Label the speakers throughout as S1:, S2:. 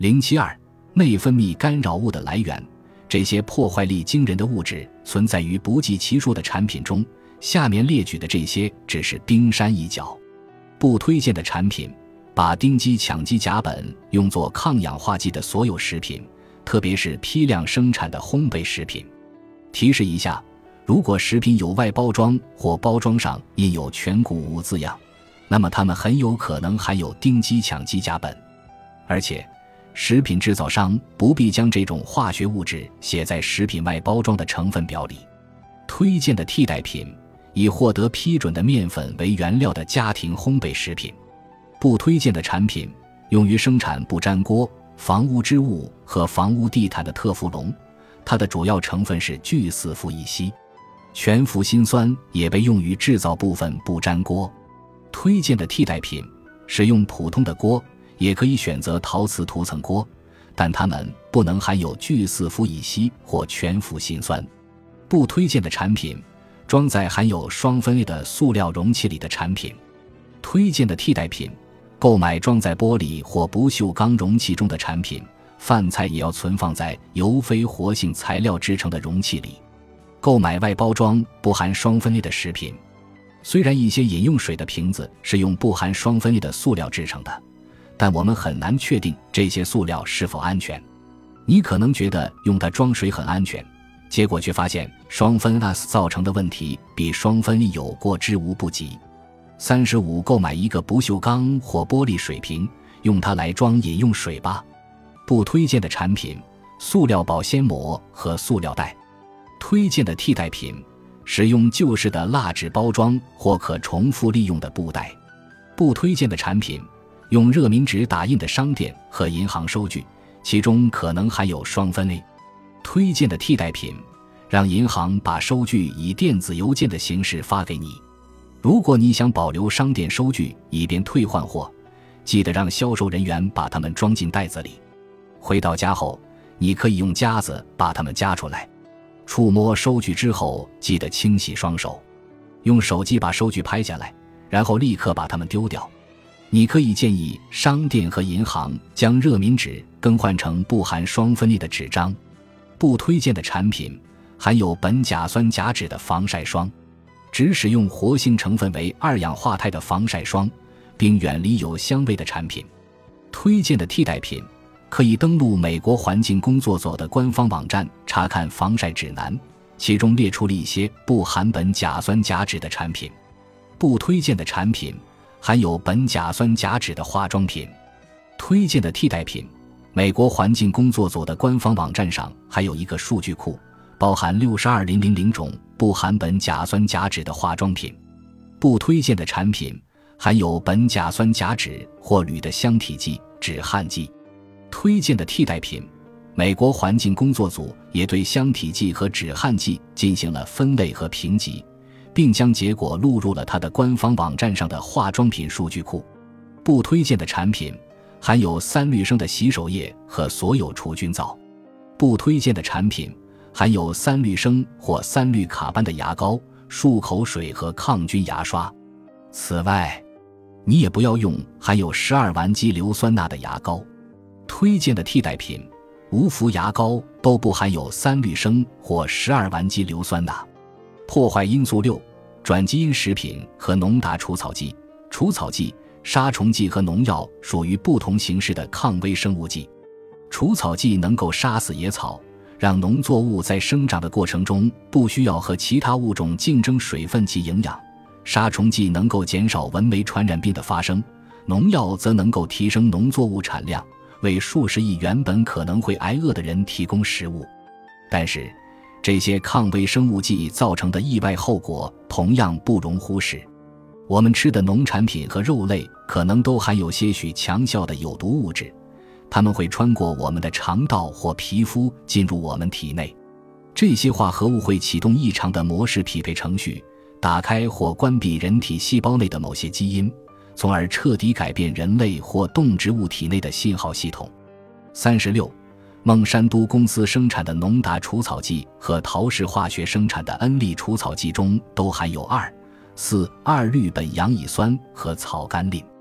S1: 072内分泌干扰物的来源。这些破坏力惊人的物质存在于不计其数的产品中，下面列举的这些只是冰山一角。不推荐的产品：把丁基羟基甲苯用作抗氧化剂的所有食品，特别是批量生产的烘焙食品。提示一下，如果食品有外包装或包装上印有全谷物字样，那么它们很有可能含有丁基羟基甲苯，而且食品制造商不必将这种化学物质写在食品外包装的成分表里。推荐的替代品：以获得批准的面粉为原料的家庭烘焙食品。不推荐的产品：用于生产不粘锅、房屋织物和房屋地毯的特氟龙，它的主要成分是聚四氟乙烯。全氟辛酸也被用于制造部分不粘锅。推荐的替代品：使用普通的锅，也可以选择陶瓷涂层锅，但它们不能含有聚四氟乙烯或全氟辛酸。不推荐的产品：装在含有双酚 A 的塑料容器里的产品。推荐的替代品：购买装在玻璃或不锈钢容器中的产品，饭菜也要存放在由非活性材料制成的容器里。购买外包装不含双酚 A 的食品。虽然一些饮用水的瓶子是用不含双酚 A 的塑料制成的，但我们很难确定这些塑料是否安全。你可能觉得用它装水很安全，结果却发现双酚 A 造成的问题比双酚 A 有过之无不及。35购买一个不锈钢或玻璃水瓶，用它来装饮用水吧。不推荐的产品：塑料保鲜膜和塑料袋。推荐的替代品：使用旧式的蜡纸包装或可重复利用的布袋。不推荐的产品：用热敏纸打印的商店和银行收据，其中可能含有双酚 A。推荐的替代品：让银行把收据以电子邮件的形式发给你。如果你想保留商店收据以便退换货，记得让销售人员把它们装进袋子里。回到家后，你可以用夹子把它们夹出来。触摸收据之后，记得清洗双手。用手机把收据拍下来，然后立刻把它们丢掉。你可以建议商店和银行将热敏纸更换成不含双酚 A 的纸张。不推荐的产品：含有苯甲酸甲酯的防晒霜。只使用活性成分为二氧化钛的防晒霜，并远离有香味的产品。推荐的替代品：可以登录美国环境工作所的官方网站查看防晒指南，其中列出了一些不含苯甲酸甲酯的产品。不推荐的产品：含有苯甲酸甲酯的化妆品。推荐的替代品：美国环境工作所的官方网站上还有一个数据库，包含62000种不含苯甲酸甲酯的化妆品。不推荐的产品：含有苯甲酸甲酯或铝的香体剂、止汗剂。推荐的替代品：美国环境工作组也对香体剂和止汗剂进行了分类和评级，并将结果录入了它的官方网站上的化妆品数据库。不推荐的产品：含有3氯生的洗手液和所有除菌皂。不推荐的产品：含有3氯生或3氯卡班的牙膏、漱口水和抗菌牙刷。此外，你也不要用含有12烷基硫酸钠的牙膏。推荐的替代品：无氟牙膏都不含有3氯生或12烷基硫酸钠。破坏因素6：转基因食品和农达除草剂。除草剂、杀虫剂和农药属于不同形式的抗微生物剂。除草剂能够杀死野草，让农作物在生长的过程中不需要和其他物种竞争水分及营养。杀虫剂能够减少蚊媒传染病的发生，农药则能够提升农作物产量，为数十亿原本可能会挨饿的人提供食物。但是，这些抗微生物剂造成的意外后果同样不容忽视。我们吃的农产品和肉类可能都含有些许强效的有毒物质，它们会穿过我们的肠道或皮肤进入我们体内。这些化合物会启动异常的模式匹配程序，打开或关闭人体细胞内的某些基因，从而彻底改变人类或动植物体内的信号系统。36孟山都公司生产的农达除草剂和陶氏化学生产的恩利除草剂中都含有2,4,2氯苯氧乙酸和草甘膦。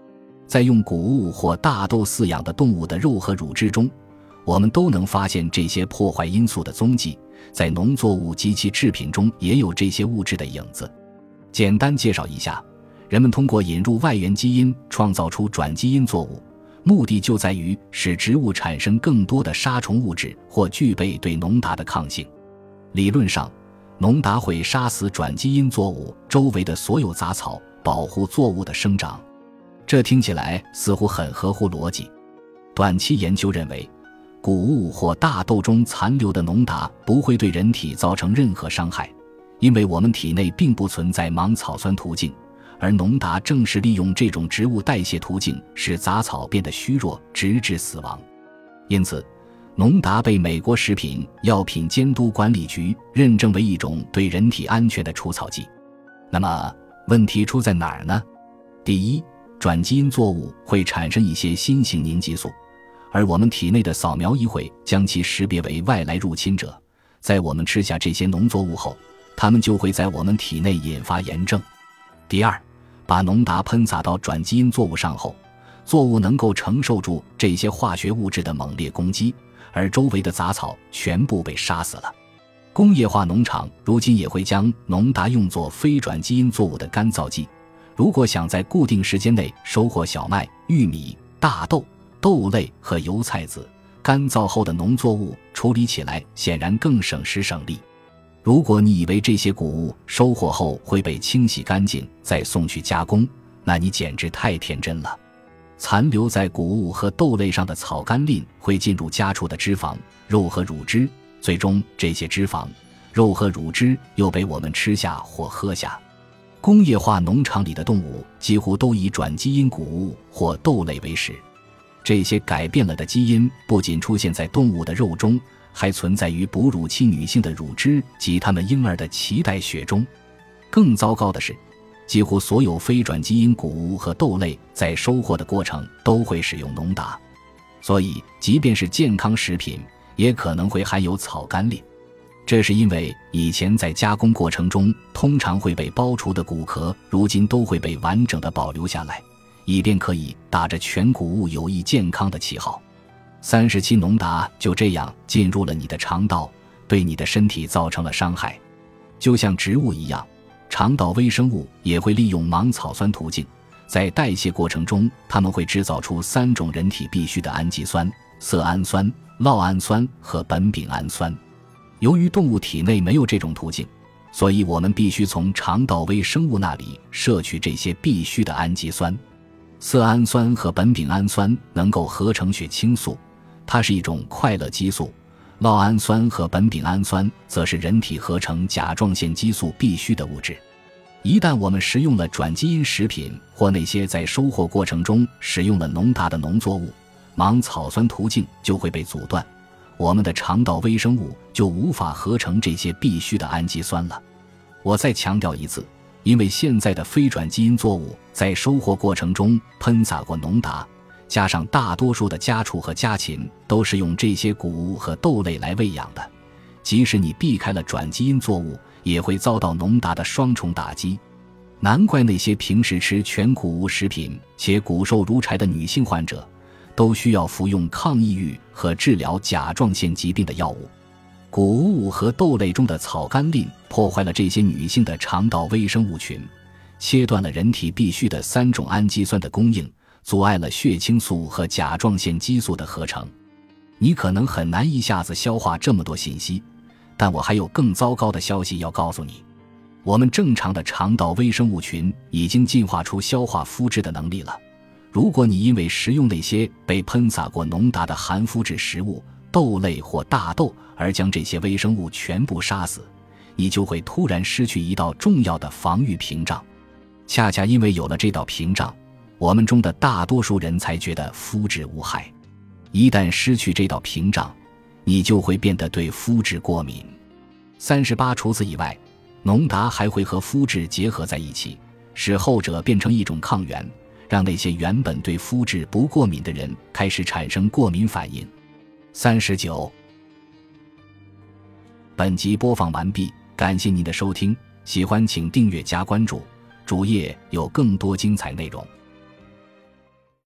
S1: 在用谷物或大豆饲养的动物的肉和乳汁中，我们都能发现这些破坏因素的踪迹，在农作物及其制品中也有这些物质的影子。简单介绍一下，人们通过引入外源基因创造出转基因作物，目的就在于使植物产生更多的杀虫物质或具备对农达的抗性。理论上，农达会杀死转基因作物周围的所有杂草，保护作物的生长。这听起来似乎很合乎逻辑。短期研究认为，谷物或大豆中残留的农达不会对人体造成任何伤害，因为我们体内并不存在芒草酸途径，而农达正是利用这种植物代谢途径使杂草变得虚弱，直至死亡。因此，农达被美国食品药品监督管理局认证为一种对人体安全的除草剂。那么，问题出在哪儿呢？第一，转基因作物会产生一些新型凝激素，而我们体内的扫描仪会将其识别为外来入侵者。在我们吃下这些农作物后，它们就会在我们体内引发炎症。第二，把农达喷洒到转基因作物上后，作物能够承受住这些化学物质的猛烈攻击，而周围的杂草全部被杀死了。工业化农场如今也会将农达用作非转基因作物的干燥剂。如果想在固定时间内收获小麦、玉米、大豆、豆类和油菜籽，干燥后的农作物处理起来显然更省时省力。如果你以为这些谷物收获后会被清洗干净再送去加工，那你简直太天真了。残留在谷物和豆类上的草甘膦会进入家畜的脂肪、肉和乳汁，最终这些脂肪、肉和乳汁又被我们吃下或喝下。工业化农场里的动物几乎都以转基因谷物或豆类为食。这些改变了的基因不仅出现在动物的肉中，还存在于哺乳期女性的乳汁及她们婴儿的脐带血中。更糟糕的是，几乎所有非转基因谷物和豆类在收获的过程都会使用农达，所以即便是健康食品也可能会含有草甘膦。这是因为以前在加工过程中通常会被剥除的骨壳，如今都会被完整的保留下来，以便可以打着全谷物有益健康的旗号。37农达就这样进入了你的肠道，对你的身体造成了伤害。就像植物一样，肠道微生物也会利用芒草酸途径，在代谢过程中它们会制造出3种人体必需的氨基酸：色氨酸、酪氨酸和苯丙氨酸。由于动物体内没有这种途径，所以我们必须从肠道微生物那里摄取这些必需的氨基酸。色氨酸和苯丙氨酸能够合成血清素，它是一种快乐激素。酪氨酸和苯丙氨酸则是人体合成甲状腺激素必需的物质。一旦我们食用了转基因食品或那些在收获过程中使用了农达的农作物，芒草酸途径就会被阻断，我们的肠道微生物就无法合成这些必需的氨基酸了。我再强调一次，因为现在的非转基因作物在收获过程中喷洒过农达，加上大多数的家畜和家禽都是用这些谷物和豆类来喂养的，即使你避开了转基因作物，也会遭到农达的双重打击。难怪那些平时吃全谷物食品且骨瘦如柴的女性患者都需要服用抗抑郁和治疗甲状腺疾病的药物。谷物和豆类中的草甘膦破坏了这些女性的肠道微生物群，切断了人体必需的3种氨基酸的供应，阻碍了血清素和甲状腺激素的合成。你可能很难一下子消化这么多信息，但我还有更糟糕的消息要告诉你。我们正常的肠道微生物群已经进化出消化麸质的能力了。如果你因为食用那些被喷洒过农达的含麸质食物、豆类或大豆而将这些微生物全部杀死，你就会突然失去一道重要的防御屏障。恰恰因为有了这道屏障，我们中的大多数人才觉得麸质无害。一旦失去这道屏障，你就会变得对麸质过敏。38除此以外，农达还会和麸质结合在一起，使后者变成一种抗原，让那些原本对麸质不过敏的人开始产生过敏反应。39。本集播放完毕，感谢您的收听，喜欢请订阅加关注，主页有更多精彩内容。